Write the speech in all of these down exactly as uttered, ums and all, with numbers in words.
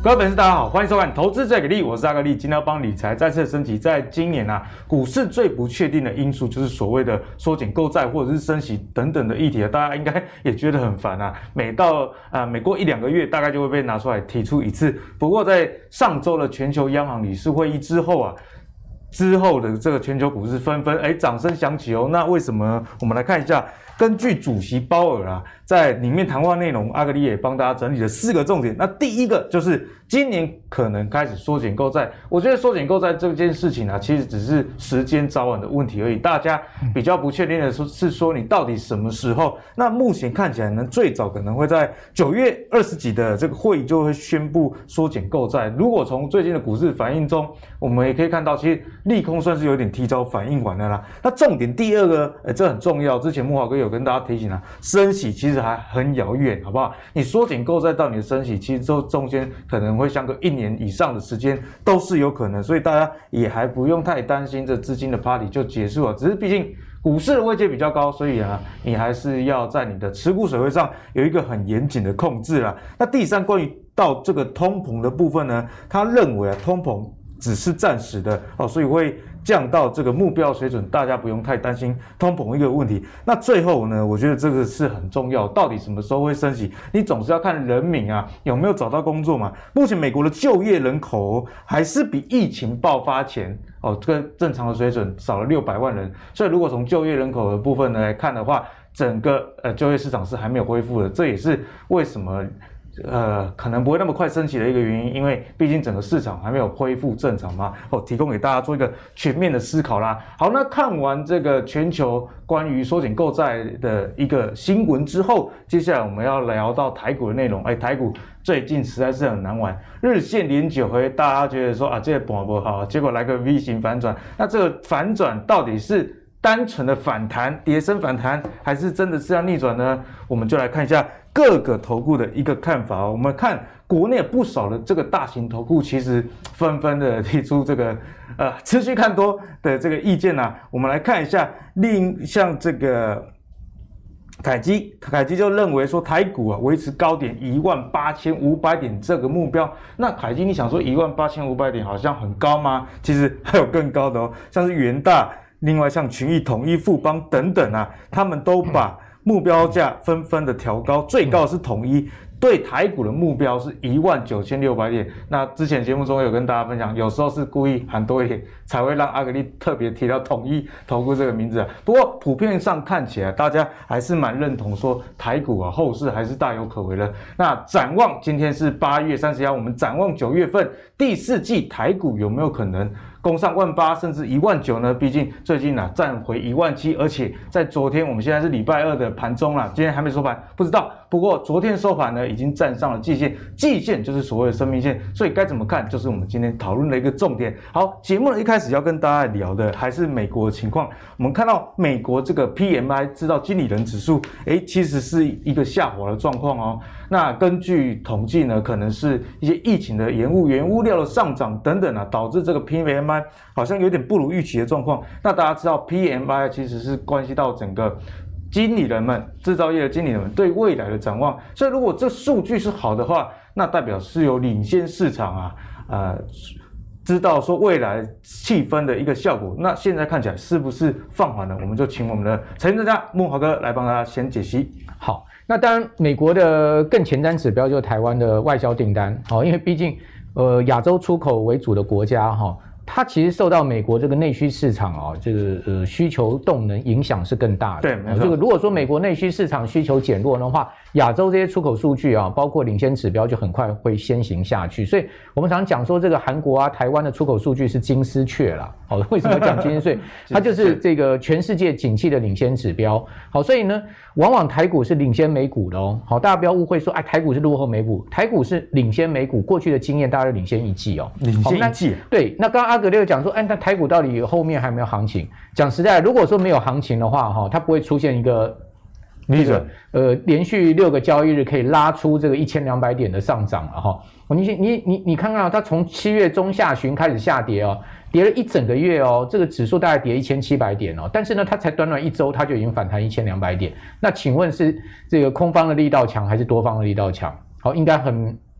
各位粉丝，大家好，欢迎收看《投资最给力》，我是阿格力。今天要帮理财再次升级。在今年啊，股市最不确定的因素就是所谓的缩减购债或者是升息等等的议题啊，大家应该也觉得很烦啊。每到啊每过一两个月，大概就会被拿出来提出一次。不过在上周的全球央行理事会议之后啊。之后的这个全球股市纷纷哎掌声响起哦，那为什么呢？我们来看一下，根据主席鲍尔啊在里面谈话内容，阿格力也帮大家整理了四个重点。那第一个就是今年可能开始缩减购债，我觉得缩减购债这件事情啊，其实只是时间早晚的问题而已。大家比较不确定的是说你到底什么时候？那目前看起来呢，最早可能会在九月二十几的这个会议就会宣布缩减购债。如果从最近的股市反应中，我们也可以看到，其实利空算是有点提早反应完了啦。那重点第二个，呃，这很重要。之前木华哥有跟大家提醒啊，升息其实还很遥远，好不好？你缩减购债到你的升息，其实之后中间可能会相隔一年以上的时间都是有可能，所以大家也还不用太担心这资金的 party 就结束了。只是毕竟股市的位阶比较高，所以啊，你还是要在你的持股水位上有一个很严谨的控制啦。那第三，关于到这个通膨的部分呢，他认为啊，通膨只是暂时的哦，所以会降到这个目标水准，大家不用太担心通膨一个问题。那最后呢，我觉得这个是很重要，到底什么时候会升息？你总是要看人民啊有没有找到工作嘛。目前美国的就业人口还是比疫情爆发前哦，跟正常的水准少了六百万人，所以如果从就业人口的部分呢来看的话，整个呃就业市场是还没有恢复的，这也是为什么。呃，可能不会那么快升息的一个原因，因为毕竟整个市场还没有恢复正常嘛。哦，提供给大家做一个全面的思考啦。好，那看完这个全球关于缩减购债的一个新闻之后，接下来我们要聊到台股的内容。哎，台股最近实在是很难玩，日线连九回，大家觉得说啊，这个盘不好，结果来个 V 型反转。那这个反转到底是单纯的反弹、跌升反弹，还是真的是要逆转呢？我们就来看一下各个投顾的一个看法。我们看国内不少的这个大型投顾，其实纷纷的提出这个呃持续看多的这个意见啊。我们来看一下，另像这个凯基，凯基就认为说台股啊维持高点一万八千五百点这个目标。那凯基，你想说一万八千五百点好像很高吗？其实还有更高的哦，像是元大。另外像群益、统一、富邦等等啊，他们都把目标价纷纷的调高，最高是统一，对台股的目标是一万九千六百点。那之前节目中有跟大家分享，有时候是故意喊多一点，才会让阿格力特别提到统一投顾这个名字啊。不过普遍上看起来，大家还是蛮认同说台股啊后市还是大有可为的。那展望今天是八月三十一号，我们展望九月份第四季台股有没有可能攻上万八甚至一万九呢？毕竟最近啊站回一万七，而且在昨天，我们现在是礼拜二的盘中啦，今天还没收盘，不知道。不过昨天收盘呢，已经站上了季线，季线就是所谓的生命线，所以该怎么看，就是我们今天讨论的一个重点。好，节目的一开始要跟大家聊的还是美国的情况。我们看到美国这个 P M I 制造经理人指数，诶，其实是一个下滑的状况哦。那根据统计呢，可能是一些疫情的延误、原物料的上涨等等啊，导致这个 P M I 好像有点不如预期的状况。那大家知道 P M I 其实是关系到整个经理人们、制造业的经理人们对未来的展望，所以如果这数据是好的话，那代表是有领先市场啊，呃，知道说未来气氛的一个效果。那现在看起来是不是放缓了？我们就请我们的财经专家木华哥来帮大家先解析。 好，那当然，美国的更前瞻指标就是台湾的外销订单，好，因为毕竟呃亚洲出口为主的国家哈。它其实受到美国这个内需市场啊，这个呃需求动能影响是更大的。 对，没错。 这个如果说美国内需市场需求减弱的话，亚洲这些出口数据啊，包括领先指标就很快会先行下去。所以我们常讲说，这个韩国啊、台湾的出口数据是金丝雀啦。好，为什么讲金丝雀？它就是这个全世界景气的领先指标。好，所以呢，往往台股是领先美股的哦。好，大家不要误会说，哎，台股是落后美股，台股是领先美股。过去的经验，大概领先一季哦。 领先一季。 对，那刚刚阿格六讲说，哎，那台股到底后面还有没有行情？讲实在，如果说没有行情的话，哈，它不会出现一个。 这个呃，连续六个交易日可以拉出这个一千两百点的上涨了哈。你你你你看看啊，它从七月中下旬开始下跌哦，跌了一整个月哦，这个指数大概跌一千七百点哦，但是呢，它才短短一周，它就已经反弹一千两百点。那请问是这个空方的力道强还是多方的力道强？好，应该很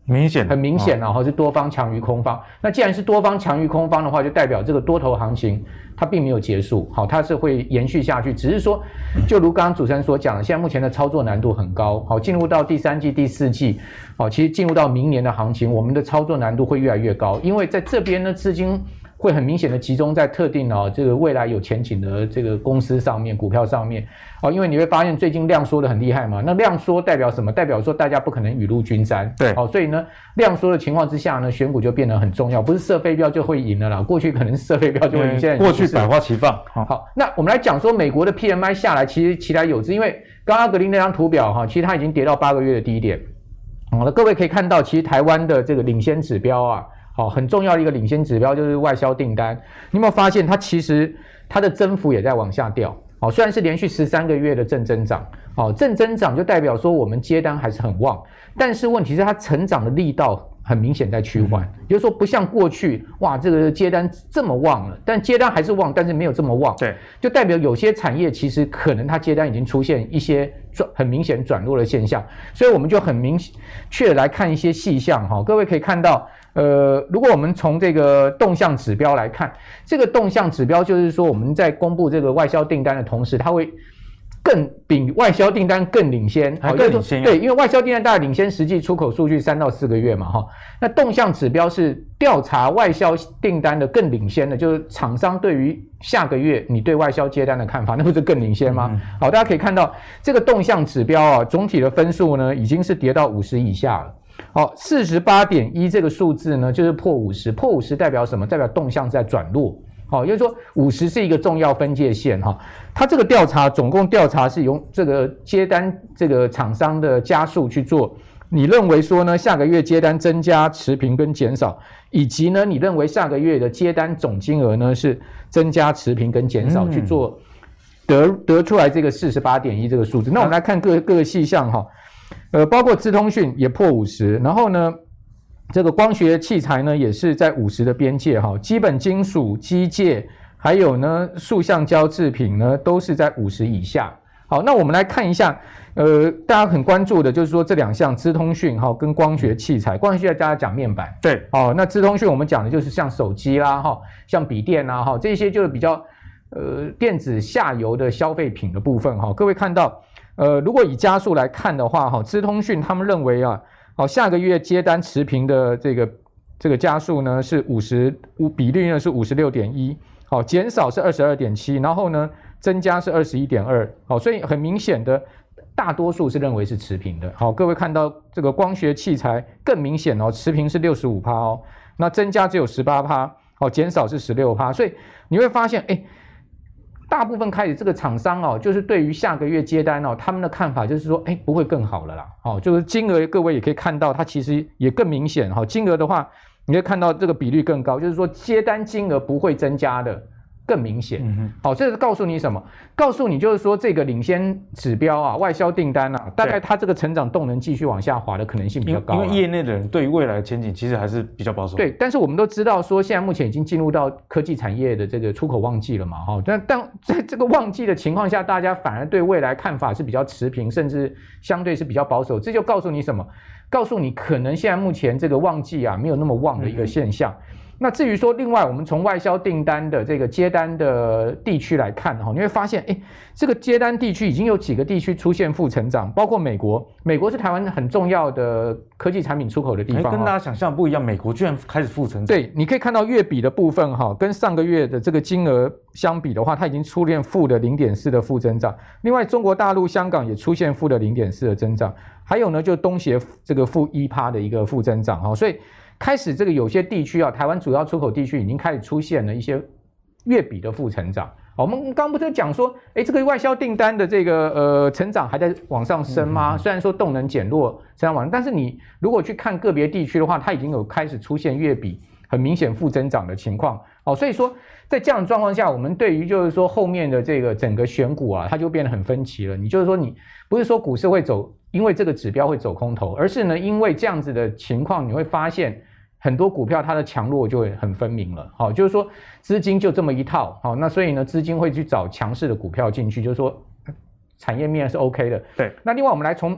明显很明显啊，哈、哦，是多方强于空方。那既然是多方强于空方的话，就代表这个多头行情它并没有结束，好，它是会延续下去。只是说，就如刚刚主持人所讲的，现在目前的操作难度很高，好，进入到第三季、第四季，好，其实进入到明年的行情，我们的操作难度会越来越高，因为在这边呢，资金会很明显的集中在特定哦这个未来有前景的这个公司上面、股票上面，哦，因为你会发现最近量缩的很厉害嘛，那量缩代表什么？代表说大家不可能雨露均沾， 对， 好，所以呢，量缩的情况之下呢，选股就变得很重要，不是射飞镖就会赢了啦，过去可能是射飞镖就会赢，现在过去百花齐放。 好，好，那我们来讲说美国的 P M I 下来，其实其来有之，因为刚刚格林那张图表哈，其实它已经跌到八个月的低点，好了，各位可以看到，其实台湾的这个领先指标啊。好，很重要的一个领先指标就是外销订单。你有没有发现它其实它的增幅也在往下掉？好，虽然是连续十三个月的正增长，好，正增长就代表说我们接单还是很旺，但是问题是它成长的力道很明显在趋缓，也就是说不像过去哇这个接单这么旺了，但接单还是旺，但是没有这么旺， 对， 就代表有些产业其实可能它接单已经出现一些很明显转弱的现象，所以我们就很明确的来看一些细项哈，各位可以看到。呃，如果我们从这个动向指标来看，这个动向指标就是说我们在公布这个外销订单的同时，它会更比外销订单更领先， 还更领先、啊。 对，因为外销订单大概领先实际出口数据三到四个月嘛，哈。那动向指标是调查外销订单的更领先的，就是厂商对于下个月你对外销接单的看法，那不是更领先吗？嗯、好，大家可以看到这个动向指标啊，总体的分数呢已经是跌到五十以下了。好， 四十八点一 这个数字呢，就是破五十，破五十代表什么？代表动向在转弱。好，也就是说五十是一个重要分界线哈。它这个调查总共调查是用这个接单这个厂商的家数去做。你认为说呢，下个月接单增加、持平跟减少，以及呢，你认为下个月的接单总金额呢是增加、持平跟减少、嗯、去做得得出来这个 四十八点一 这个数字。那我们来看各各个细项哈。呃，包括资通讯也破五十，然后呢，这个光学器材呢也是在五十的边界哈，基本金属、机械，还有呢塑橡胶制品呢都是在五十以下。好，那我们来看一下，呃，大家很关注的就是说这两项资通讯哈跟光学器材，光学器材大家讲面板， 对， 好，那资通讯我们讲的就是像手机啦哈，像笔电啦哈，这些就是比较呃电子下游的消费品的部分哈，各位看到。呃，如果以家数来看的话，哈，资通讯他们认为啊，好，下个月接单持平的这个这个家数呢是五十，比率呢是五十六点一，好，减少是二十二点七，然后呢增加是二十一点二，好，所以很明显的大多数是认为是持平的。好，各位看到这个光学器材更明显哦，持平是 百分之六十五 哦，那增加只有 百分之十八， 好，减少是 百分之十六， 所以你会发现，哎。大部分开始这个厂商哦，就是对于下个月接单哦，他们的看法就是说，哎，不会更好了啦，哦，就是金额各位也可以看到，它其实也更明显哈、哦，金额的话，你会看到这个比率更高，就是说接单金额不会增加的更明显。嗯好、哦，这是告诉你什么？告诉你就是说这个领先指标啊，外销订单啊，大概它这个成长动能继续往下滑的可能性比较高、啊。 因为业内的人对于未来的前景其实还是比较保守。 对，但是我们都知道说，现在目前已经进入到科技产业的这个出口旺季了嘛，哈、哦，但但在这个旺季的情况下，大家反而对未来看法是比较持平，甚至相对是比较保守。这就告诉你什么？告诉你可能现在目前这个旺季啊没有那么旺的一个现象。嗯那至于说，另外我们从外销订单的这个接单的地区来看哈，你会发现，哎，这个接单地区已经有几个地区出现负成长，包括美国，美国是台湾很重要的科技产品出口的地方， 跟大家想象不一样，美国居然开始负成长。 对，你可以看到月比的部分哈，跟上个月的这个金额相比的话，它已经出现负的 零点四 的负增长。另外，中国大陆、香港也出现负的 零点四 的增长，还有呢，就东协这个负 百分之一 的一个负增长哈，所以。开始这个有些地区啊，台湾主要出口地区已经开始出现了一些月比的负成长。我们刚刚不是讲说，哎，这个外销订单的这个呃成长还在往上升吗？虽然说动能减弱，成长往，但是你如果去看个别地区的话，它已经有开始出现月比很明显负增长的情况。哦，所以说在这样的状况下，我们对于就是说后面的这个整个选股啊，它就变得很分歧了。你就是说你不是说股市会走，因为这个指标会走空头，而是呢因为这样子的情况，你会发现。很多股票它的强弱就会很分明了，好，就是说资金就这么一套，好，那所以呢，资金会去找强势的股票进去，就是说产业面是 OK 的。 对， 那另外我们来从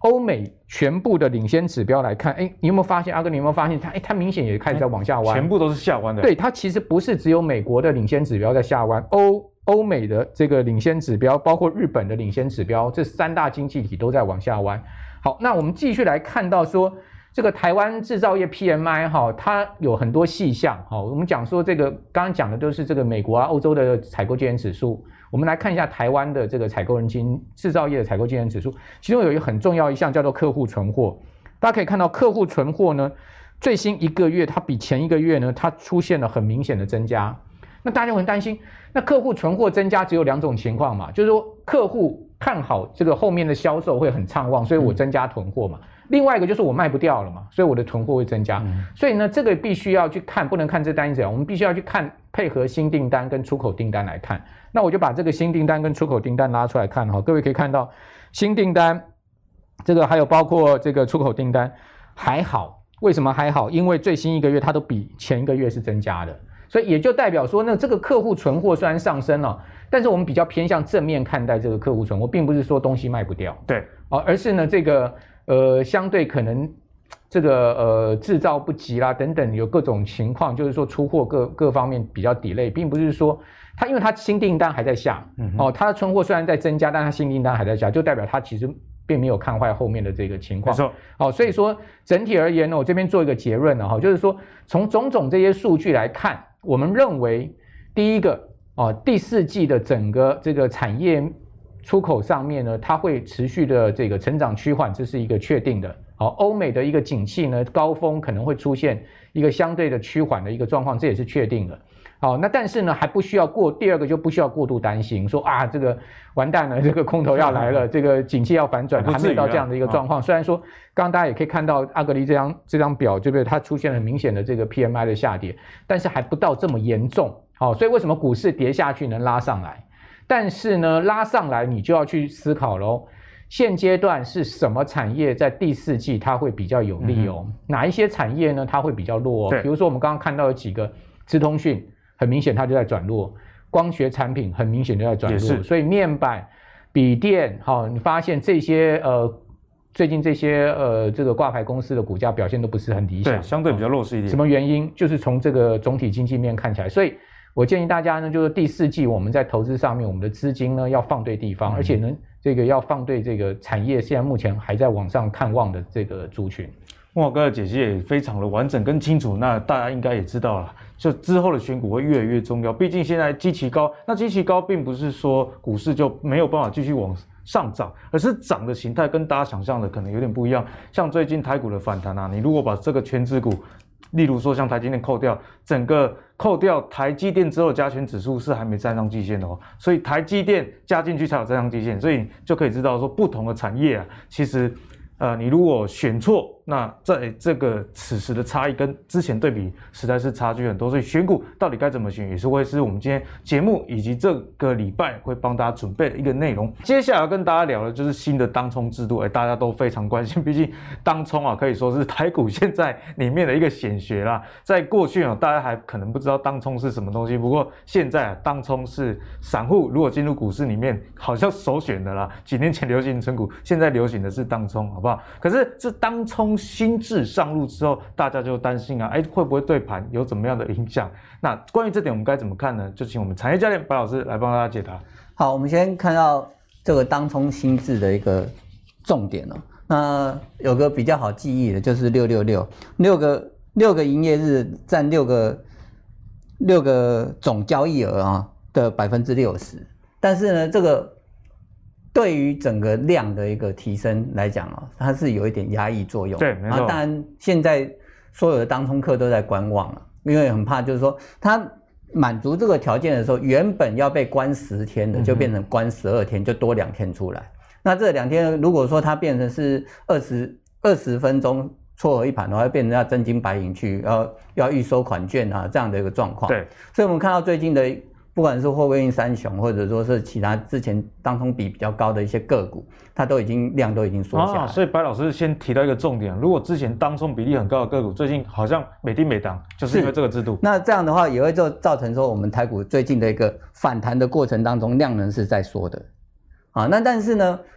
欧美全部的领先指标来看，哎，你有没有发现，阿哥，你有没有发现它，哎，它明显也开始在往下弯， 全部都是下弯的。 对，它其实不是只有美国的领先指标在下弯，欧欧美的这个领先指标，包括日本的领先指标，这三大经济体都在往下弯。好，那我们继续来看到说，这个台湾制造业 P M I 哈，它有很多细项哈。我们讲说这个刚刚讲的都是这个美国啊、欧洲的采购经理指数。我们来看一下台湾的这个采购人金制造业的采购经理指数，其中有一个很重要一项叫做客户存货。大家可以看到，客户存货呢，最新一个月它比前一个月呢，它出现了很明显的增加。那大家就很担心，那客户存货增加只有两种情况嘛，就是说客户看好这个后面的销售会很畅旺，所以我增加囤货嘛。嗯、另外一个就是我卖不掉了嘛，所以我的囤货会增加。嗯、所以呢，这个必须要去看，不能看这单一指标，我们必须要去看配合新订单跟出口订单来看。那我就把这个新订单跟出口订单拉出来看哈，各位可以看到新订单，这个还有包括这个出口订单还好，为什么还好？因为最新一个月它都比前一个月是增加的。所以也就代表说，那这个客户存货虽然上升了，但是我们比较偏向正面看待这个客户存货，并不是说东西卖不掉， 对， 哦，而是呢这个呃相对可能这个呃制造不及啦等等有各种情况，就是说出货各各方面比较 delay， 并不是说它因为它新订单还在下，嗯、哦，它的存货虽然在增加，但它新订单还在下，就代表它其实并没有看坏后面的这个情况。 没错， 好、哦，所以说整体而言呢，我这边做一个结论了哈，就是说从种种这些数据来看。我们认为，第一个哦，第四季的整个这个产业出口上面呢，它会持续的这个成长趋缓，这是一个确定的。好、哦，欧美的一个景气呢，高峰可能会出现一个相对的趋缓的一个状况，这也是确定的。好，那但是呢，还不需要过第二个就不需要过度担心，说啊这个完蛋了，这个空头要来了，这个景气要反转，还没有到这样的一个状况。虽然说，刚刚大家也可以看到阿格力这张这张表，对不对？它出现了很明显的这个 P M I 的下跌，但是还不到这么严重。好，所以为什么股市跌下去能拉上来？但是呢，拉上来你就要去思考咯，现阶段是什么产业在第四季它会比较有利哦？嗯、哪一些产业呢？它会比较弱哦？比如说我们刚刚看到有几个资通讯。很明显，它就在转弱，光学产品很明显就在转弱，所以面板、笔电，好、哦，你发现这些呃，最近这些呃，这个挂牌公司的股价表现都不是很理想， 对，相对比较弱势一点。 什么原因？就是从这个总体经济面看起来，所以我建议大家呢，就是第四季我们在投资上面，我们的资金呢要放对地方，嗯、而且呢，这个要放对这个产业现在目前还在往上看望的这个族群。 孟老哥的解析也非常的完整跟清楚，那大家应该也知道了，就之后的选股会越来越重要。毕竟现在基期高，那基期高并不是说股市就没有办法继续往上涨，而是涨的形态跟大家想象的可能有点不一样。像最近台股的反弹啊，你如果把这个全指股，例如说像台积电扣掉，整个扣掉台积电之后的加权指数是还没站上季线的哦，所以台积电加进去才有站上季线，所以就可以知道说不同的产业啊，其实。呃，你如果选错，那在这个此时的差异跟之前对比，实在是差距很多。所以选股到底该怎么选，也是会是我们今天节目以及这个礼拜会帮大家准备的一个内容。接下来要跟大家聊的就是新的当冲制度，哎，大家都非常关心，毕竟当冲啊可以说是台股现在里面的一个显学啦。在过去啊，大家还可能不知道当冲是什么东西，不过现在啊，当冲是散户如果进入股市里面好像首选的啦。几年前流行存股，现在流行的是当冲，好不好？可是这当冲新制上路之后，大家就担心啊，哎，会不会对盘有怎么样的影响？那关于这点我们该怎么看呢？就请我们产业教练白老师来帮大家解答。 好，我们先看到这个当冲新制的一个重点哦。那有个比较好记忆的就是六六六，六个六个营业日占六个六个总交易额啊的百分之六十，但是呢，这个。对于整个量的一个提升来讲啊，它是有一点压抑作用。 对，没错。 当然，现在所有的当冲客都在观望了，因为很怕就是说，它满足这个条件的时候，原本要被关十天的，就变成关十二天，就多两天出来。嗯、那这两天如果说它变成是二十二十分钟撮合一盘的话，变成要真金白银去要要预收款券啊这样的一个状况。 对， 所以我们看到最近的。不管是货柜运三雄，或者说是其他之前当冲比比较高的一些个股，它都已经量都已经缩下来、啊。 所以白老师先提到一个重点，如果之前当冲比例很高的个股，最近好像每跌每涨，就是因为这个制度。 那这样的话，也会就造成说我们台股最近的一个反弹的过程当中，量能是在缩的。啊，那但是呢，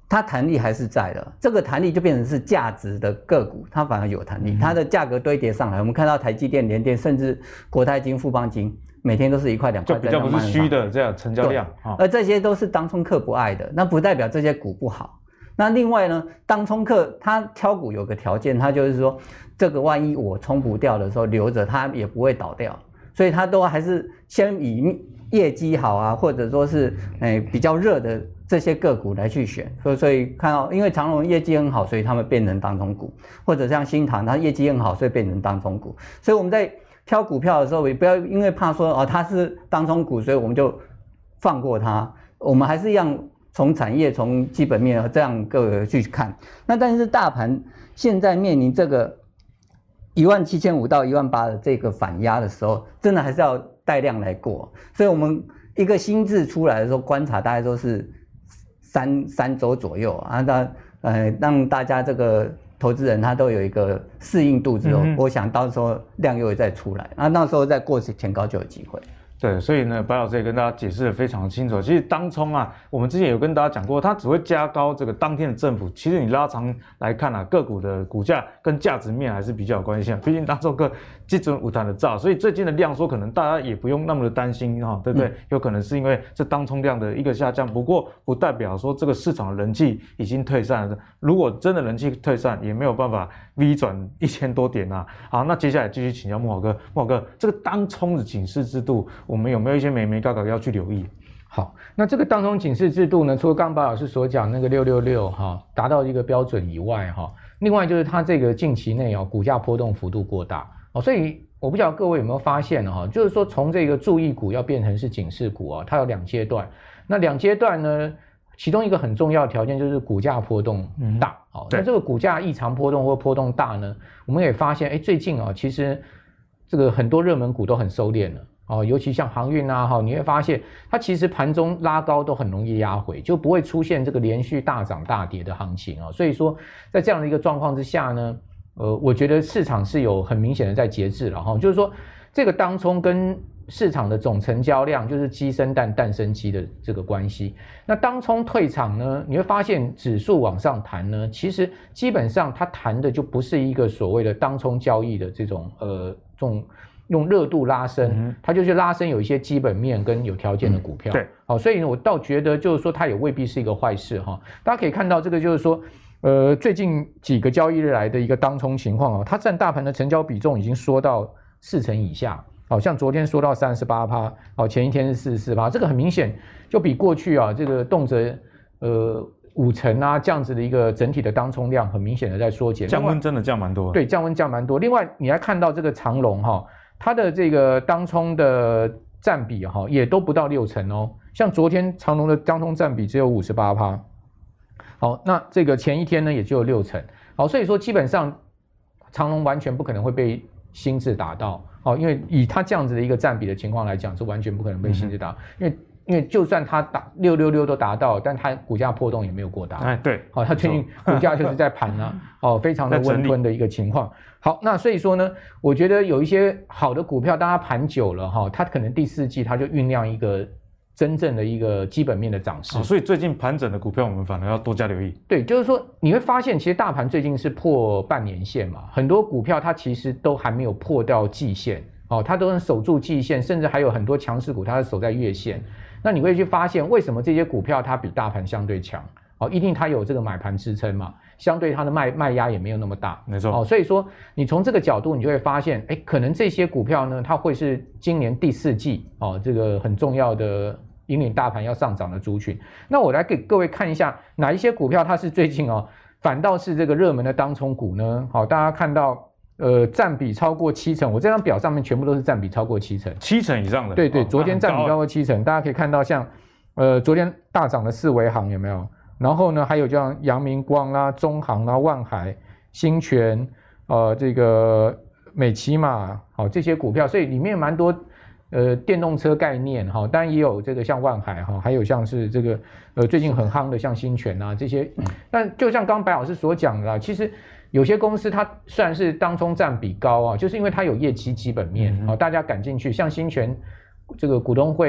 它弹力还是在的，这个弹力就变成是价值的个股，它反而有弹力，它的价格堆叠上来，我们看到台积电、联电，甚至国泰金、富邦金，每天都是一块两块， 就比较不是虚的这样成交量， 而这些都是当冲客不爱的，那不代表这些股不好。那另外呢，当冲客他挑股有个条件，他就是说，这个万一我冲不掉的时候留着，它也不会倒掉，所以他都还是先以业绩好啊，或者说是诶、欸、比较热的这些个股来去选，所以所以看到，因为长荣业绩很好，所以他们变成当冲股，或者像新唐，它业绩很好，所以变成当冲股。所以我们在挑股票的时候，也不要因为怕说哦它是当冲股，所以我们就放过它。我们还是一样从产业、从基本面这样个去看。那但是大盘现在面临这个一万七千五到一万八的这个反压的时候，真的还是要带量来过。所以我们一个新制出来的时候，观察大概都是三三周左右啊，那呃让大家这个投资人他都有一个适应度之后，嗯、我想到时候量又会再出来，那到时候再过前高就有机会。 对，所以呢，白老师也跟大家解释的非常清楚。其实当冲啊，我们之前有跟大家讲过，它只会加高这个当天的振幅。其实你拉长来看啊，个股的股价跟价值面还是比较有关系的。毕竟当冲客这种无谈的造，所以最近的量缩可能大家也不用那么的担心哈、哦，对不对？嗯、有可能是因为这当冲量的一个下降，不过不代表说这个市场的人气已经退散了。如果真的人气退散，也没有办法 V 转一千多点啊。好，那接下来继续请教慕郝哥，慕郝哥，这个当冲的警示制度，我们有没有一些眉眉角角要去留意？ 好，那这个当冲警示制度呢，除了刚刚白老师所讲那个六六六哈达到一个标准以外哈，另外就是它这个近期内哦股价波动幅度过大哦，所以我不晓得各位有没有发现哈，就是说从这个注意股要变成是警示股啊，它有两阶段。那两阶段呢，其中一个很重要的条件就是股价波动大。好、嗯，那这个股价异常波动或波动大呢，我们也发现，哎，最近啊，其实这个很多热门股都很收敛了。哦，尤其像航运啊，哈，你会发现它其实盘中拉高都很容易压回，就不会出现这个连续大涨大跌的行情啊。所以说，在这样的一个状况之下呢，呃，我觉得市场是有很明显的在节制了哈，就是说这个当冲跟市场的总成交量就是鸡生蛋，蛋生鸡的这个关系。那当冲退场呢，你会发现指数往上弹呢，其实基本上它弹的就不是一个所谓的当冲交易的这种呃这种。用热度拉升，它就是拉升有一些基本面跟有条件的股票。嗯、对，好，所以我倒觉得就是说它也未必是一个坏事哈。大家可以看到这个就是说，呃，最近几个交易日来的一个当冲情况啊，它占大盘的成交比重已经缩到四成以下，好像昨天缩到三十八趴，好，前一天是四十四趴，这个很明显就比过去啊这个动辄呃五成啊这样子的一个整体的当冲量很明显的在缩减， 降温真的降蛮多。 对，降温降蛮多。另外你还看到这个长荣哈。它的这个当冲的占比哈也都不到六成哦，像昨天长荣的当冲占比只有五十八趴，好，那这个前一天呢也只有六成，好，所以说基本上长荣完全不可能会被新智打到，好，因为以它这样子的一个占比的情况来讲，是完全不可能被新智打，嗯、因为因为就算它打六六六都达到，但它股价波动也没有过大， 哎，对， 好，它最近股价就是在盘啊，哦，非常的温吞的一个情况。好，那所以说呢，我觉得有一些好的股票，大家盘久了哈，它可能第四季它就酝酿一个真正的一个基本面的涨势。 哦、所以最近盘整的股票，我们反而要多加留意。 对，就是说你会发现，其实大盘最近是破半年线嘛，很多股票它其实都还没有破掉季线，哦，它都能守住季线，甚至还有很多强势股它是守在月线。那你会去发现，为什么这些股票它比大盘相对强？哦，一定它有这个买盘支撑嘛，相对它的卖卖压也没有那么大， 没错。 哦，所以说你从这个角度，你就会发现，哎，可能这些股票呢，它会是今年第四季哦，这个很重要的引领大盘要上涨的族群。那我来给各位看一下，哪一些股票它是最近哦，反倒是这个热门的当冲股呢？好，大家看到。呃，占比超过七成，我这张表上面全部都是占比超过七成， 七成以上的。 对对，昨天占比超过七成，大家可以看到像，呃，昨天大涨的四维航有没有？然后呢，还有像阳明光啦、中航啦、万海、新泉，呃，这个美骑马，好、哦、这些股票，所以里面蛮多呃电动车概念哈，当然也有这个像万海哈，还有像是这个呃最近很夯的像新泉啊这些，但就像刚刚白老师所讲的，其实。有些公司它虽然是当冲占比高啊，就是因为它有业绩基本面啊、嗯，大家赶进去，像新泉这个股东会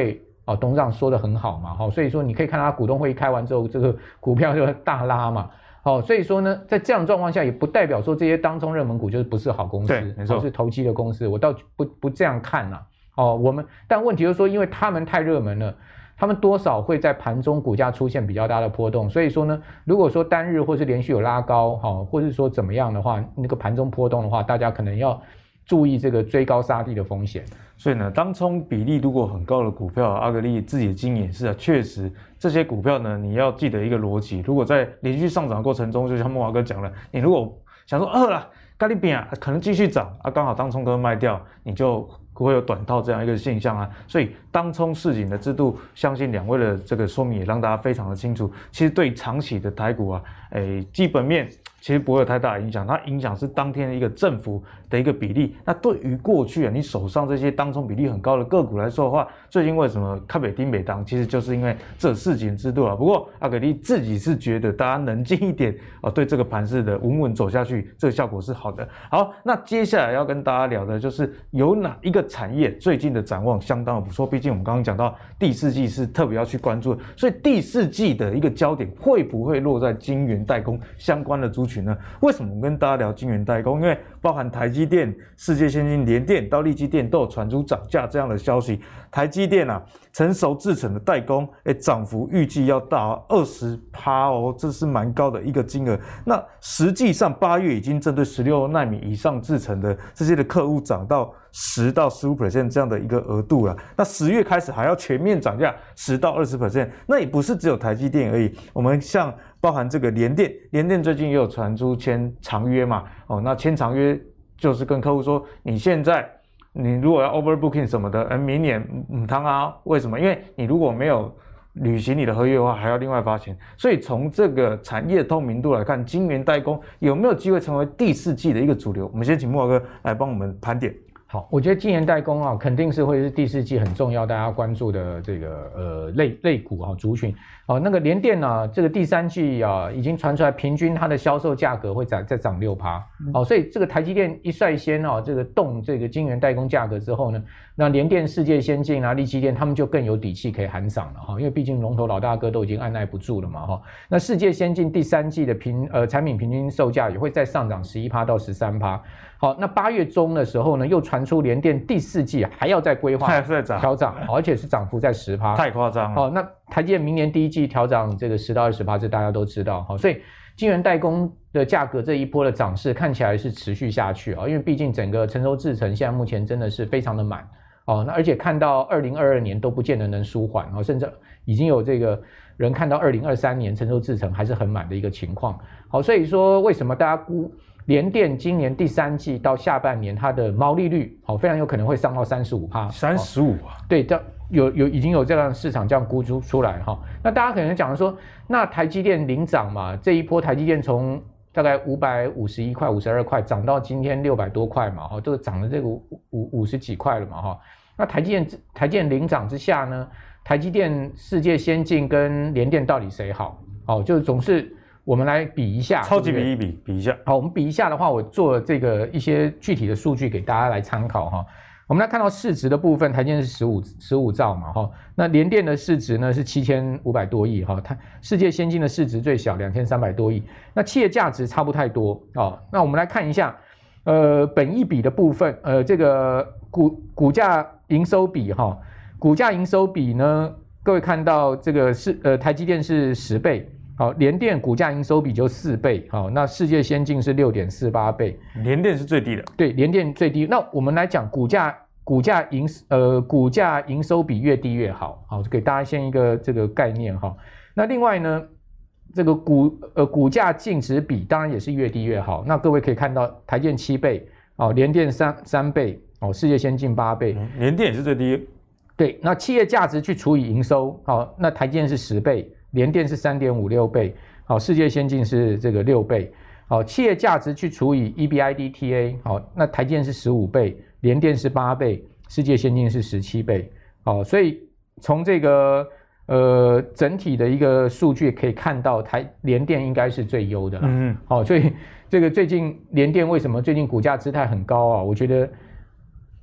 哦，董事长说的很好嘛，好、哦，所以说你可以看到他股东会议开完之后，这个股票就大拉嘛。好、哦，所以说呢，在这样的状况下，也不代表说这些当冲热门股就是不是好公司， 对，没错， 是投机的公司，我倒不不这样看呐、啊。哦，我们但问题就是说，因为他们太热门了，他们多少会在盘中股价出现比较大的波动，所以说呢，如果说单日或是连续有拉高，哈、哦，或是说怎么样的话，那个盘中波动的话，大家可能要注意这个追高杀低的风险。 所以呢，当冲比例如果很高的股票，阿格力自己的经验是啊，确实这些股票呢，你要记得一个逻辑，如果在连续上涨的过程中，就像莫华哥讲了，你如果想说饿了，咖喱饼啊可能继续涨啊，刚好当冲哥卖掉，你就不会有短套这样一个现象啊。所以当冲市井的制度，相信两位的这个说明也让大家非常的清楚。其实对长期的台股啊，诶，基本面其实不会有太大的影响，它影响是当天的一个振幅的一个比例。那对于过去啊，你手上这些当冲比例很高的个股来说的话，最近为什么看北丁北当，其实就是因为这市井制度啊。不过阿格力自己是觉得大家冷静一点啊，对这个盘势的稳稳走下去，这个效果是好的。好，那接下来要跟大家聊的就是有哪一个产业最近的展望相当的不错。毕竟我们刚刚讲到第四季是特别要去关注的，所以第四季的一个焦点会不会落在晶圆代工相关的族群呢？为什么我们跟大家聊晶圆代工？因为包含台积电、世界先进、联电到力积电都有传出涨价这样的消息。台积电啊，成熟制程的代工，哎，涨幅预计要到 百分之二十 哦，这是蛮高的一个金额。那实际上八月已经针对十六奈米以上制程的这些的客户涨到百分之十到百分之十五 这样的一个额度了。那十月开始还要全面涨价 百分之十到百分之二十， 那也不是只有台积电而已。我们像包含这个联电，联电最近也有传出签长约嘛，哦，那签长约就是跟客户说，你现在你如果要 overbooking 什么的，呃，明年唔汤啊？为什么？因为你如果没有履行你的合约的话，还要另外发钱。所以从这个产业透明度来看，晶圆代工有没有机会成为第四季的一个主流？我们先请木华哥来帮我们盘点。 好，我觉得晶圆代工啊，肯定是会是第四季很重要大家关注的这个呃类类股啊族群。哦，那个联电呢、啊，这个第三季啊已经传出来，平均它的销售价格会再再涨 百分之六。哦，所以这个台积电一率先啊，这个动这个晶圆代工价格之后呢，那联电、世界先进啊、力积电他们就更有底气可以喊涨了哈，因为毕竟龙头老大哥都已经按耐不住了嘛哈。那世界先进第三季的平呃产品平均售价也会再上涨 百分之十一 到 百分之十三。好，那八月中的时候呢，又传出联电第四季还要再规划调涨，而且是涨幅在 百分之十， 太夸张了。 好，那台积电明年第一季调涨这个十到二十%，这大家都知道。好，所以晶圆代工的价格这一波的涨势看起来是持续下去啊，因为毕竟整个成熟制程现在目前真的是非常的满哦，那而且看到二零二二年都不见得能舒缓啊，甚至已经有这个人看到二零二三年成熟制程还是很满的一个情况。好，所以说为什么大家估联电今年第三季到下半年它的毛利率好非常有可能会上到 百分之三十五。 三十五啊？ 对，有有已经有这样的市场这样估出出来哈。那大家可能讲说，那台积电领涨嘛，这一波台积电从大概五百五十一块、五十二块涨到今天六百多块嘛，哈，这个涨了这个五五十几块了嘛，哈。那台积电台积电领涨之下呢，台积电、世界先进跟联电到底谁好？哦，就是总是。我们来比一下， 超级比一比比一下。 好，我们比一下的话，我做了这个一些具体的数据给大家来参考哈。我们来看到市值的部分，台积电是十五十五兆嘛哈，那联电的市值呢是七千五百多亿哈，它世界先进的市值最小两千三百多亿，那企业价值差不太多哦。那我们来看一下，呃，本益比的部分，呃，这个股股价营收比哈，股价营收比呢，各位看到这个是呃台积电是十倍。好，联电股价营收比就四倍，好，那世界先进是 六点四八倍， 联电是最低的， 对，联电最低。那我们来讲股价，股价营呃股价营收比越低越好，好，给大家先一个这个概念哈。那另外呢，这个股呃股价净值比当然也是越低越好。那各位可以看到，台积电七倍，哦，联电三三倍，哦，世界先进八倍， 嗯、联电也是最低。 对，那企业价值去除以营收，好，那台积电是十倍。联电是 三点五六倍，好，世界先进是这个六倍，好，企业价值去除以 E B I D T A， 好，那台积电是十五倍，联电是八倍，世界先进是十七倍，好，所以从这个呃整体的一个数据可以看到，台联电应该是最优的了，嗯，好，所以这个最近联电为什么最近股价姿态很高啊？我觉得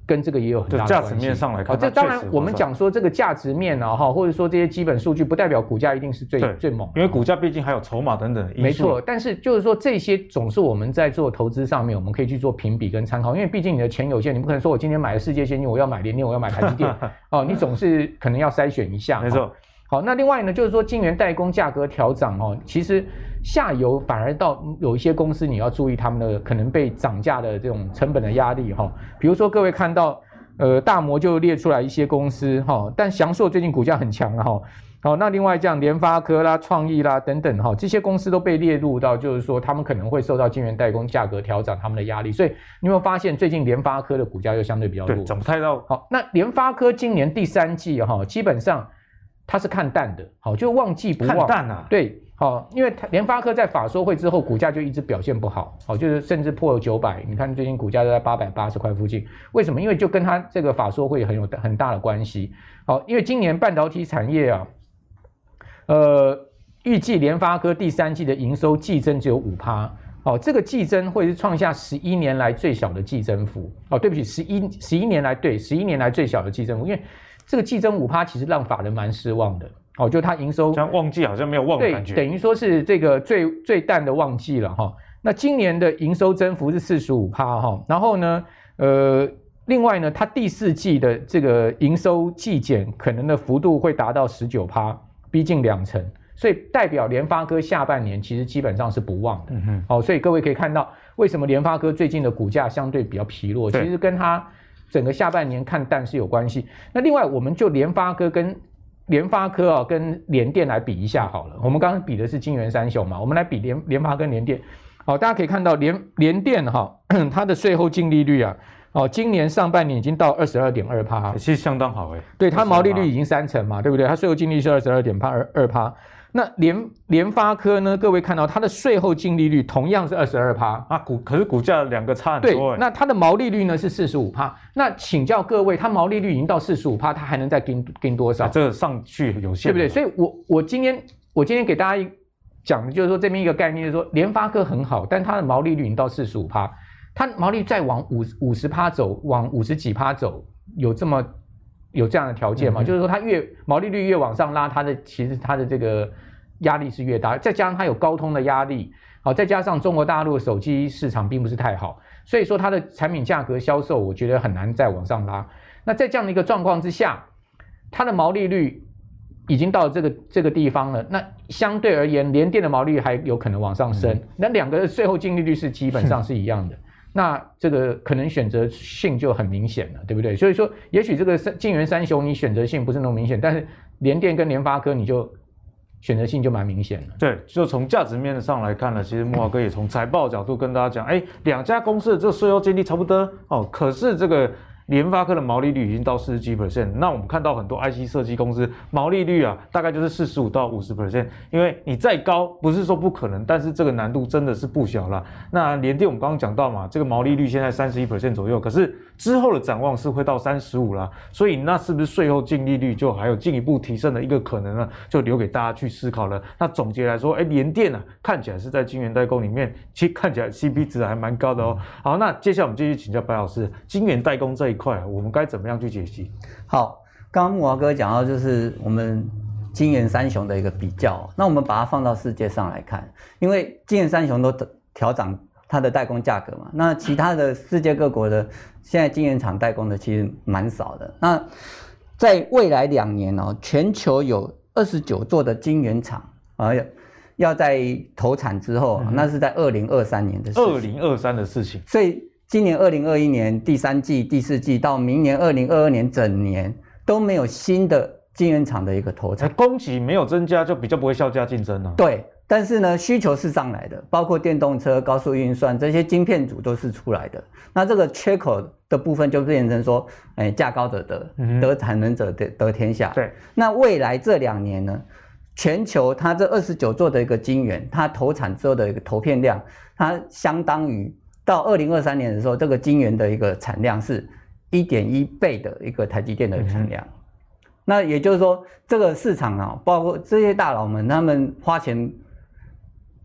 跟这个也有很大的价关系。 值面上来看， 哦，这当然我们讲说这个价值面啊，哈，或者说这些基本数据，不代表股价一定是最最猛， 因为股价毕竟还有筹码等等的因素。 没错，但是就是说这些总是我们在做投资上面，我们可以去做评比跟参考，因为毕竟你的钱有限，你不可能说我今天买了世界先进，我要买联电，我要买台积电哦，你总是可能要筛选一下。 没错。 好，那另外呢，就是说晶圆代工价格调涨哦，其实下游反而到有一些公司你要注意他们的可能被涨价的这种成本的压力哈，比如说各位看到。呃，大摩就列出来一些公司哈，但祥硕最近股价很强了哈。好，那另外这样联发科啦、创意啦等等哈，这些公司都被列入到，就是说他们可能会受到晶圆代工价格调涨他们的压力。所以你有没有发现最近联发科的股价又相对比较弱？ 对，涨不太到。 好，那联发科今年第三季哈，基本上它是看淡的，好，就旺季不旺。 看淡啊？ 对。好，因为联发科在法说会之后，股价就一直表现不好，好，就是甚至破了九百。你看最近股价都在八百八十块附近，为什么？因为就跟它这个法说会很有很大的关系。好，因为今年半导体产业啊，呃，预计联发科第三季的营收季增只有五趴，哦，这个季增会是创下十一年来最小的季增幅。哦，对不起，十一十一年来对十一年来最小的季增幅，因为这个季增五趴其实让法人蛮失望的。哦，就它营收， 像旺季好像没有旺的感觉， 对，等于说是这个最最淡的旺季了哈。那今年的营收增幅是四十五趴哈，然后呢，呃，另外呢，它第四季的这个营收季减可能的幅度会达到十九趴，逼近两成，所以代表联发科下半年其实基本上是不旺的。嗯哼，好，所以各位可以看到，为什么联发科最近的股价相对比较疲弱，其实跟它整个下半年看淡是有关系。那另外，我们就联发科跟联发科啊，跟联电来比一下好了。我们刚刚比的是晶圆三雄嘛，我们来比联联发跟联电。好，大家可以看到联联电哈，它的税后净利率啊，哦，今年上半年已经到二十二点二趴， 其实相当好哎。 对，它毛利率已经三成嘛，对不对？它税后净利率是二十二点二趴。那联联发科呢？各位看到它的税后净利率同样是二十二趴啊，股可是股价两个差很多。 对，那它的毛利率呢是四十五趴。那请教各位，它毛利率已经到四十五趴，它还能再跟跟多少？ 啊、这个上去有限， 对不对？所以我我今天我今天给大家讲的就是说这边一个概念，就是说联发科很好，但它的毛利率已经到四十五趴，它毛利再往五五十趴走，往五十几趴走，有这么有这样的条件吗？嗯、就是说它越毛利率越往上拉，它的其实它的这个压力是越大，再加上它有高通的压力，好，再加上中国大陆的手机市场并不是太好，所以说它的产品价格销售，我觉得很难再往上拉。那在这样的一个状况之下，它的毛利率已经到这个这个地方了，那相对而言，联电的毛利率还有可能往上升，嗯、那两个税后净利率是基本上是一样的。那这个可能选择性就很明显了，对不对？所以说，也许这个晶圆三雄你选择性不是那么明显，但是联电跟联发科你就选择性就蛮明显了。 对，就从价值面上来看呢，其实慕骅哥也从财报角度跟大家讲，哎，两家公司的这个税后净利差不多哦，可是这个联发科的毛利率已经到四十几 percent， 那我们看到很多 I C 设计公司毛利率啊，大概就是四十五到五十 percent， 因为你再高不是说不可能，但是这个难度真的是不小啦。那联电我们刚刚讲到嘛，这个毛利率现在 三十一 percent 左右，可是之后的展望是会到三十五啦，所以那是不是税后净利率就还有进一步提升的一个可能呢？就留给大家去思考了。那总结来说，哎，联电啊，看起来是在晶圆代工里面，其实看起来 C P 值还蛮高的哦。好，那接下来我们继续请教白老师，晶圆代工这一块，我们该怎么样去解析？ 好，刚刚慕骅哥讲到就是我们晶圆三雄的一个比较，那我们把它放到世界上来看，因为晶圆三雄都调涨它的代工价格嘛，那其他的世界各国的现在晶圆厂代工的其实蛮少的。那在未来两年哦，全球有二十九座的晶圆厂啊，要在投产之后，嗯、那是在二零二三年的事情。 二零二三的事情， 所以今年二零二一年第三季、第四季到明年二零二二年整年都没有新的晶圆厂的一个投产， 供给没有增加，就比较不会削价竞争了、啊。 对。但是呢，需求是上来的，包括电动车、高速运算这些晶片组都是出来的。那这个缺口的部分就变成说，哎，价高者得，嗯、得产能者得得天下。 对。 那未来这两年呢，全球它这二十九座的一个晶圆，它投产之后的一个投片量，它相当于到二零二三年的时候，这个晶圆的一个产量是 一点一倍的一个台积电的产量。嗯、那也就是说，这个市场啊，包括这些大佬们，他们花钱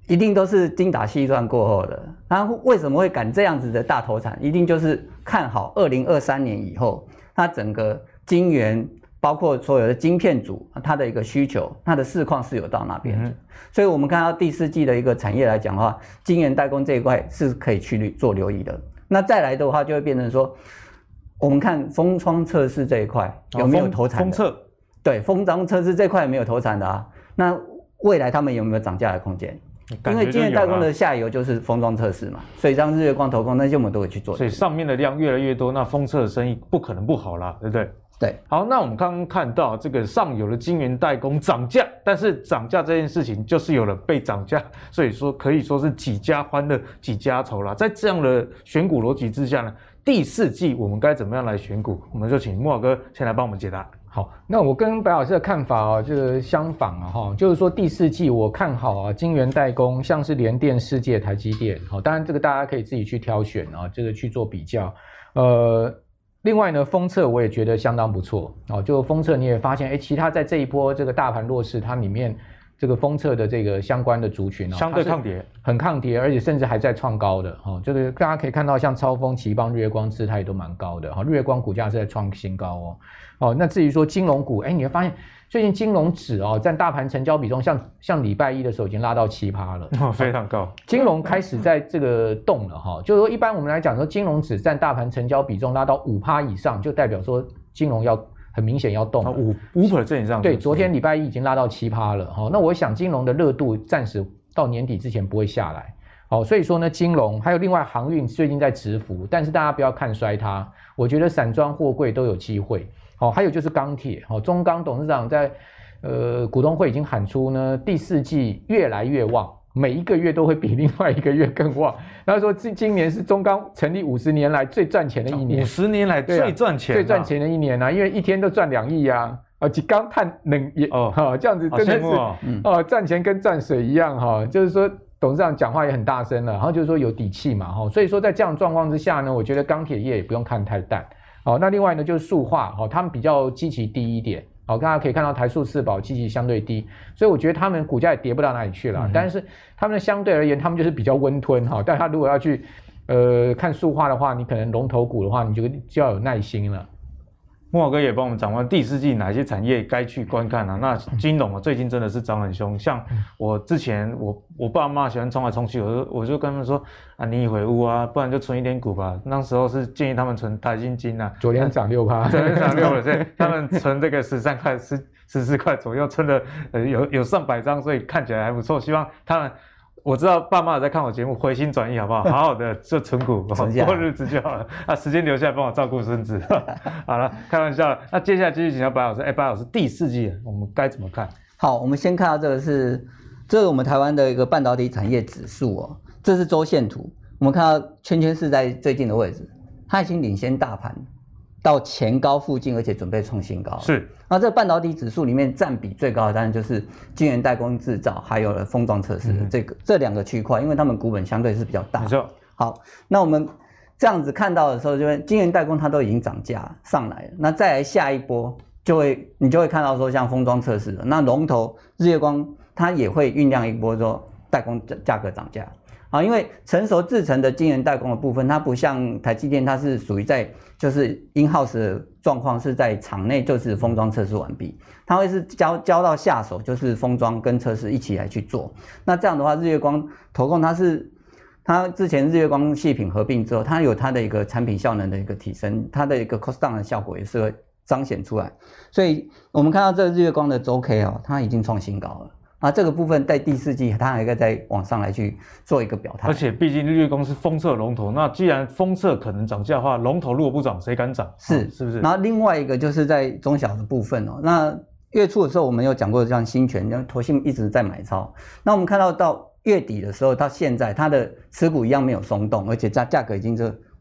一定都是精打细算过后的。它为什么会赶这样子的大投产？一定就是看好二零二三年以后，它整个晶圆包括所有的晶片组，它的一个需求，它的市况是有到那边的。嗯、所以我们看到第四季的一个产业来讲的话，晶圆代工这一块是可以去做留意的。那再来的话，就会变成说，我们看封窗测试这一块有没有投产的？ 封测对，封装测试这块没有投产的啊。那未来他们有没有涨价的空间？因为晶圆代工的下游就是封装测试嘛，所以像日月光、投控那些我们都会去做。 所以上面的量越来越多，那封测的生意不可能不好啦，对不对？ 对。 好，那我们刚刚看到这个上游的晶圆代工涨价，但是涨价这件事情就是有人被涨价，所以说可以说是几家欢乐几家愁啦。在这样的选股逻辑之下呢，第四季我们该怎么样来选股？我们就请木华哥先来帮我们解答。 好，那我跟白老师的看法啊，这个相仿啊，哈，就是说第四季我看好啊，晶圆代工，像是联电、世界、台积电，好，当然这个大家可以自己去挑选啊，这个去做比较。呃，另外呢，封测我也觉得相当不错，哦，就封测你也发现，哎，其他在这一波这个大盘弱势，它里面这个封测的这个相关的族群啊， 相对抗跌， 很抗跌，而且甚至还在创高的，哦，这个大家可以看到，像超丰、奇邦、日月光、姿态都蛮高的，哈，日月光股价是在创新高哦。哦，那至于说金融股，哎，你会发现最近金融指哦占大盘成交比重像，像像礼拜一的时候已经拉到七趴了， 哦，非常高。 金融开始在这个动了哈、哦，就是说一般我们来讲说，金融指占大盘成交比重拉到五趴以上，就代表说金融要很明显要动了， 五五 percent 以上。 对，昨天礼拜一已经拉到七趴了，哈、哦，那我想金融的热度暂时到年底之前不会下来。哦，所以说呢，金融还有另外航运最近在直浮，但是大家不要看衰它，我觉得散装货柜都有机会。哦，还有就是钢铁，哦，中钢董事长在呃股东会已经喊出呢，第四季越来越旺，每一个月都会比另外一个月更旺。他说今今年是中钢成立五十年来最赚钱的一年， 五十年来最赚钱、啊， 最赚钱的一年啊，因为一天都赚两亿啊。啊，几钢碳能也哦，哦，这样子真的是哦，哦赚钱跟赚水一样哈、哦，就是说董事长讲话也很大声了，然后就是说有底气嘛哈、哦，所以说在这样的状况之下呢，我觉得钢铁业也不用看太淡。好、哦，那另外呢就是塑化，哦，他们比较基期低一点，好、哦，大家可以看到台塑四宝基期相对低，所以我觉得他们股价也跌不到哪里去了，嗯、但是他们相对而言，他们就是比较温吞哈、哦，但他如果要去呃看塑化的话，你可能龙头股的话，你就就要有耐心了。 木华哥也帮我们展望第四季哪些产业该去观看啊？那金融啊，最近真的是涨很凶。像我之前我我爸妈喜欢冲来冲去，我就我就跟他们说啊，你以为屋啊，不然就存一点股吧。那时候是建议他们存台新金啊， 昨天涨六趴， 昨天涨六了，所以他们存这个十三块、十十四块左右，存了呃有有上百张，所以看起来还不错。希望他们。我知道爸妈有在看我节目，回心转意好不好？好好的就存股，过日子就好了。啊，时间留下来帮我照顾孙子。好了，开玩笑了。那接下来继续请教白老师。哎，白老师，第四季我们该怎么看？ 好，我们先看到这个是，这是我们台湾的一个半导体产业指数哦，这是周线图。我们看到圈圈是在最近的位置，它已经领先大盘到前高附近，而且准备创新高。 是。 那这个半导体指数里面占比最高的，当然就是晶圆代工制造，还有封装测试的这个、嗯、这两个区块，因为它们股本相对是比较大。 没错。 好，那我们这样子看到的时候，就会晶圆代工它都已经涨价上来了，那再来下一波就会你就会看到说像封装测试的，那龙头日月光它也会酝酿一波说代工价格涨价。啊，因为成熟制程的晶圆代工的部分，它不像台积电，它是属于在就是 in-house 的状况，是在厂内就是封装测试完毕，它会是交交到下手，就是封装跟测试一起来去做。那这样的话，日月光投控它是它之前日月光矽品合并之后，它有它的一个产品效能的一个提升，它的一个 cost down 的效果也是会彰显出来。所以我们看到这个日月光的周 K 哦，它已经创新高了。啊，这个部分在第四季，它还可以再往上来去做一个表态。 而且毕竟日月光是封测龙头，那既然封测可能涨价的话，龙头如果不涨，谁敢涨？ 是、 哦、是不是？ 然后另外一个就是在中小的部分哦，那月初的时候我们有讲过，像新权，因为投信一直在买超。那我们看到到月底的时候，到现在它的持股一样没有松动，而且价价格已经就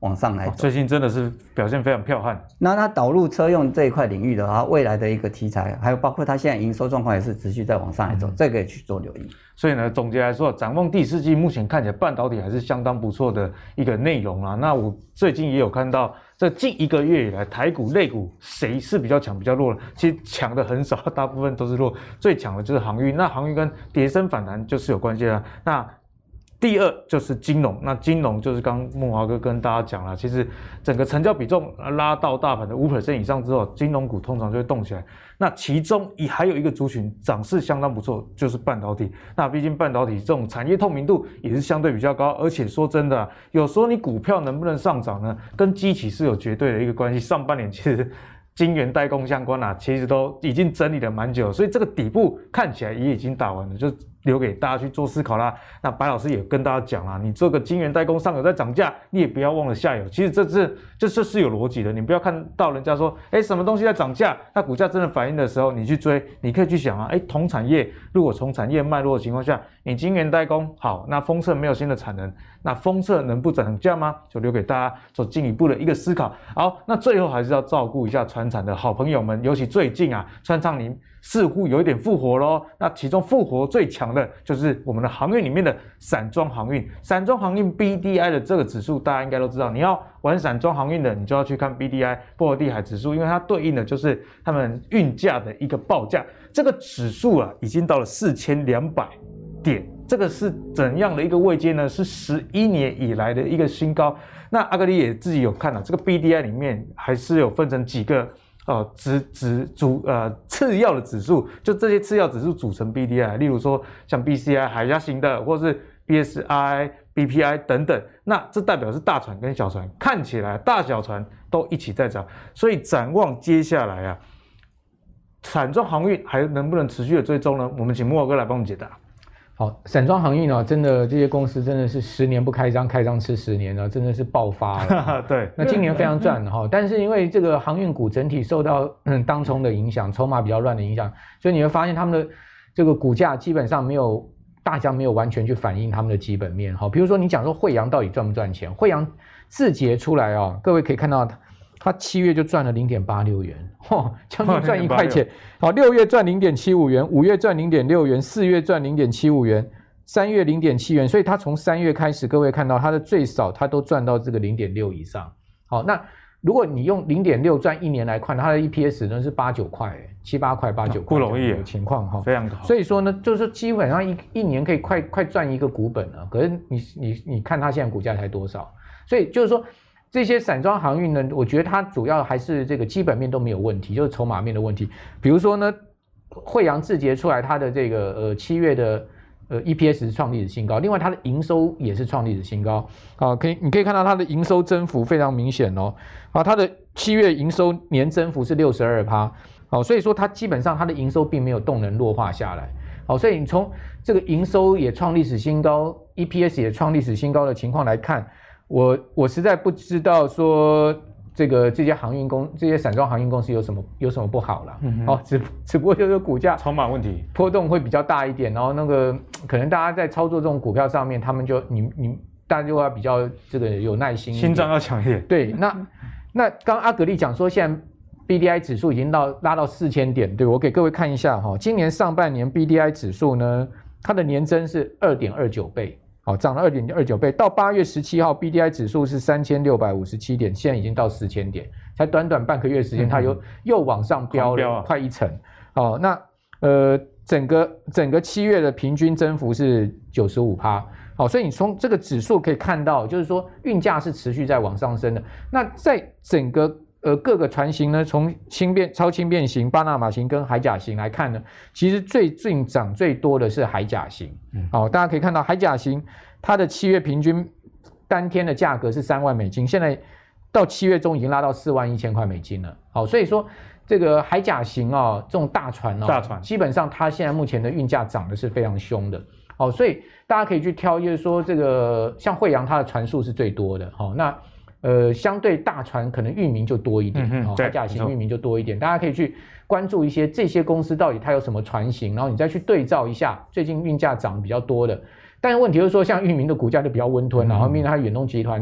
往上来走。 哦、最近真的是表现非常彪悍。 那它导入车用这一块领域的话，未来的一个题材，还有包括它现在营收状况也是持续在往上来走，嗯、这个也去做留意。 所以呢，总结来说，展望第四季，目前看起来半导体还是相当不错的一个内容啊。那我最近也有看到，这近一个月以来，台股、类股谁是比较强、比较弱的？其实强的很少，大部分都是弱。最强的就是航运，那航运跟跌升反弹就是有关系的。那第二就是金融，那金融就是刚刚慕骅哥跟大家讲了，其实整个成交比重拉到大盘的 百分之五 以上之后，金融股通常就会动起来。那其中也还有一个族群涨势相当不错，就是半导体。那毕竟半导体这种产业透明度也是相对比较高，而且说真的、啊，有时候你股票能不能上涨呢，跟基期是有绝对的一个关系。上半年其实晶圆代工相关啊，其实都已经整理了蛮久，所以这个底部看起来也已经打完了，就留给大家去做思考啦。那白老师也跟大家讲啦，你这个晶圆代工上游在涨价，你也不要忘了下游。其实这是这这是有逻辑的，你不要看到人家说，哎，什么东西在涨价，那股价真的反应的时候，你去追，你可以去想啊，哎，同产业如果从产业脉络的情况下，你晶圆代工好，那封测没有新的产能，那封测能不涨价吗？就留给大家做进一步的一个思考。好，那最后还是要照顾一下传产的好朋友们，尤其最近啊，川创林似乎有一点复活咯。那其中复活最强的就是我们的航运里面的散装航运，散装航运 B D I 的这个指数大家应该都知道，你要玩散装航运的，你就要去看 B D I 波罗的海指数，因为它对应的就是他们运价的一个报价。这个指数啊，已经到了四千两百点，这个是怎样的一个位阶呢？是十一年以来的一个新高。那阿格里也自己有看了、啊，这个 B D I 里面还是有分成几个。呃，指指主呃次要的指数，就这些次要指数组成 B D I， 例如说像 B C I 海峡型的，或是 B S I、B P I 等等，那这代表是大船跟小船，看起来大小船都一起在涨，所以展望接下来啊，散装航运还能不能持续的追踪呢？我们请慕骅哥来帮我们解答。 好，散装航运呢、啊，真的这些公司真的是十年不开张，开张吃十年了，真的是爆发了。 对， 那今年非常赚哈，但是因为这个航运股整体受到嗯当冲的影响，筹码比较乱的影响，所以你会发现他们的这个股价基本上没有大家没有完全去反映他们的基本面哈。比如说你讲说慧洋到底赚不赚钱？慧洋字节出来啊，各位可以看到。他七月就赚了 零点八六元，嚯，将近赚一块钱。好，六月赚 零点七五元，五月赚 零点六元，四月赚 零点七五元，三月 零点七元。所以他从三月开始，各位看到他的最少他都赚到这个 零点六以上。好，那如果你用 零点六赚一年来看，它的 E P S 呢是八九块，七八块、八九块， 不容易的情况哈， 非常好。 所以说呢，就是基本上一一年可以快快赚一个股本了。可是你你你看它现在股价才多少？所以就是说。这些散装航运呢，我觉得它主要还是这个基本面都没有问题，就是筹码面的问题。比如说呢，慧洋字节出来，它的这个呃七月的呃 E P S 是创历史新高，另外它的营收也是创历史新高。好，可以你可以看到它的营收增幅非常明显哦。好，它的七月营收年增幅是 百分之六十二。好，所以说它基本上它的营收并没有动能弱化下来。好，所以你从这个营收也创历史新高 ，E P S 也创历史新高的情况来看。我我实在不知道说这个这些航运公这些散装航运公司有什么有什么不好啦，嗯、哦，只只不过就是股价筹码问题波动会比较大一点，然后那个可能大家在操作这种股票上面，他们就你你大家就要比较这个有耐心， 心脏要强一点。 对，那那刚阿格力讲说现在 B D I 指数已经到拉到四千点，对我给各位看一下哈，今年上半年 B D I 指数呢，它的年增是 二点二九倍。好，涨了 二点二九倍，到八月十七号 B D I 指数是三千六百五十七点，现在已经到四千点，才短短半个月时间，它又、嗯、又往上飙了、啊、快一成。好，那呃整个整个七月的平均增幅是 百分之九十五。好，所以你从这个指数可以看到，就是说运价是持续在往上升的。那在整个呃各个船型呢，从轻便、超轻便型、巴拿马型跟海甲型来看呢，其实最近涨最多的是海甲型。嗯，好，大家可以看到海甲型它的七月平均单天的价格是三万美金，现在到七月中已经拉到四万一千块美金了。好，所以说这个海甲型哦，这种大船哦， 大船基本上它现在目前的运价涨的是非常凶的。好，所以大家可以去挑，就是说这个像慧洋它的船数是最多的。好，那呃，相对大船可能域名就多一点，嗯哦、海甲型域名就多一点，大家可以去关注一些这些公司到底它有什么船型，然后你再去对照一下最近运价涨比较多的。但是问题就是说，像域名的股价就比较温吞，然后因为它远东集团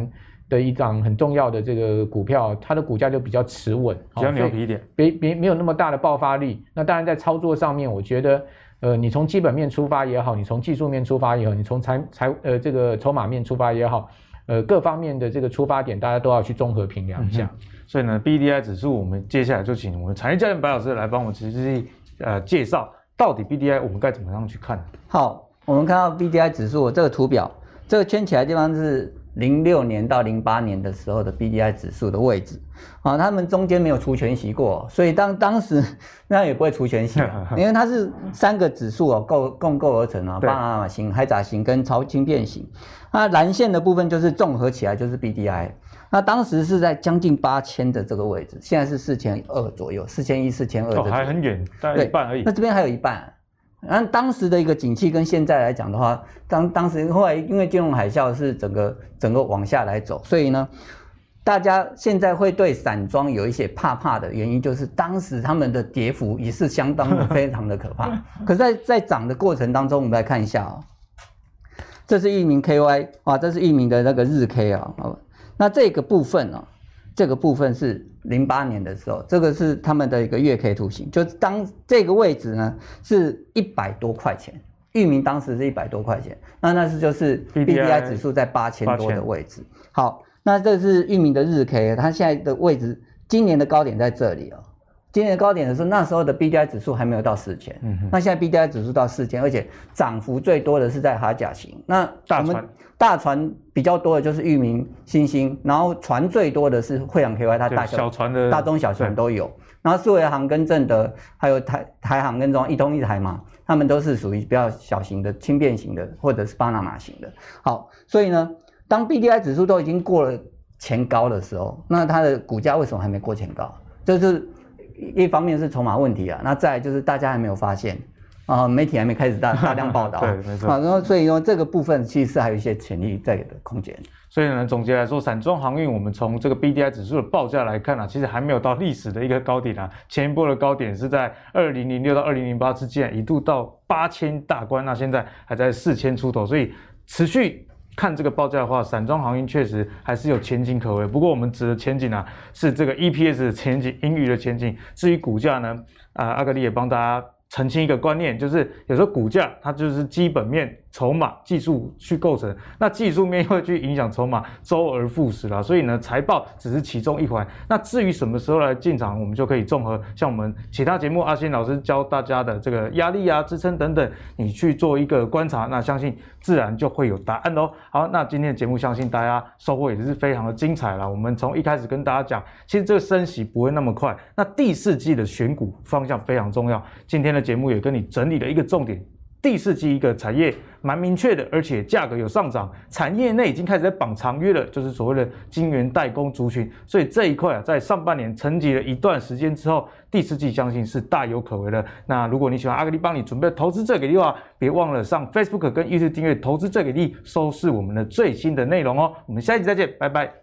的一档很重要的这个股票，它的股价就比较持稳， 比较牛皮一点， 别别没有那么大的爆发力。那当然在操作上面，我觉得，呃，你从基本面出发也好，你从技术面出发也好，你从财财呃这个筹码面出发也好，呃各方面的这个出发点，大家都要去综合评量一下。 嗯、所以呢 ，B D I 指数，我们接下来就请我们产业教练白老师来帮我们仔细呃介绍，到底 B D I 我们该怎么样去看？ 好，我们看到 B D I 指数这个图表，这个圈起来的地方是零六年到零八年的时候的 B D I 指数的位置啊，他们中间没有除权息过，所以当当时那也不会除权息、啊，因为它是三个指数哦构共构而成啊，巴拿马型、海藻型跟超轻便型。那蓝线的部分就是综合起来就是 B D I。那当时是在将近八千的这个位置，现在是四千二左右，四千一、四千二， 哦，还很远，大概一半而已。 那这边还有一半。按当时的一个景气跟现在来讲的话，当当时后来因为金融海啸是整个整个往下来走，所以呢，大家现在会对散装有一些怕怕的原因，就是当时他们的跌幅也是相当的非常的可怕。可是在在涨的过程当中，我们来看一下哦，这是一名 K Y 啊，这是一名的那个日 K 啊，那这个部分呢？这个部分是零八年的时候，这个是他们的一个月 K 图形，就当这个位置呢是一百多块钱，裕民当时是一百多块钱，那那是就是 B D I 指数在八千多的位置。好，那这是裕民的日 K， 它现在的位置，今年的高点在这里哦。今年的高点的时候，那时候的 B D I 指数还没有到四千、嗯，那现在 B D I 指数到四千，而且涨幅最多的是在哈甲型。那我们大船比较多的就是裕民、新兴，然后船最多的是惠阳 K Y， 它大小船的大中小船都有。然后四维航跟正德，还有台台航跟中一通一台嘛，他们都是属于比较小型的、轻便型的，或者是巴拿马型的。好，所以呢，当 B D I 指数都已经过了前高的时候，那它的股价为什么还没过前高？这是一方面是筹码问题啊，那再来就是大家还没有发现啊、呃，媒体还没开始大大量报道， 对，没错。 啊，然后所以说这个部分其实是还有一些潜力在的空间。 所以呢，总结来说，散装航运我们从这个 B D I 指数的报价来看啊，其实还没有到历史的一个高点啊。前一波的高点是在二零零六到二零零八之间，一度到八千大关，那现在还在四千出头，所以持续看这个报价的话，散装航运确实还是有前景可为。不过我们指的前景啊，是这个 E P S 的前景、盈余的前景。至于股价呢，啊、呃，阿格力也帮大家澄清一个观念，就是有时候股价它就是基本面、筹码、技术去构成，那技术面会去影响筹码，周而复始啦。所以呢，财报只是其中一环。那至于什么时候来进场，我们就可以综合像我们其他节目阿信老师教大家的这个压力啊、支撑等等，你去做一个观察，那相信自然就会有答案咯。好，那今天的节目相信大家收获也是非常的精彩啦。我们从一开始跟大家讲，其实这个升息不会那么快，那第四季的选股方向非常重要。今天的节目也跟你整理了一个重点，第四季一个产业蛮明确的，而且价格有上涨，产业内已经开始在绑长约了，就是所谓的晶圆代工族群。所以这一块啊，在上半年沉寂了一段时间之后，第四季相信是大有可为的。那如果你喜欢阿格力帮你准备投资最给力的话，别忘了上 Facebook 跟 YouTube 订阅投资最给力，收视我们的最新的内容哦。我们下一集再见，拜拜。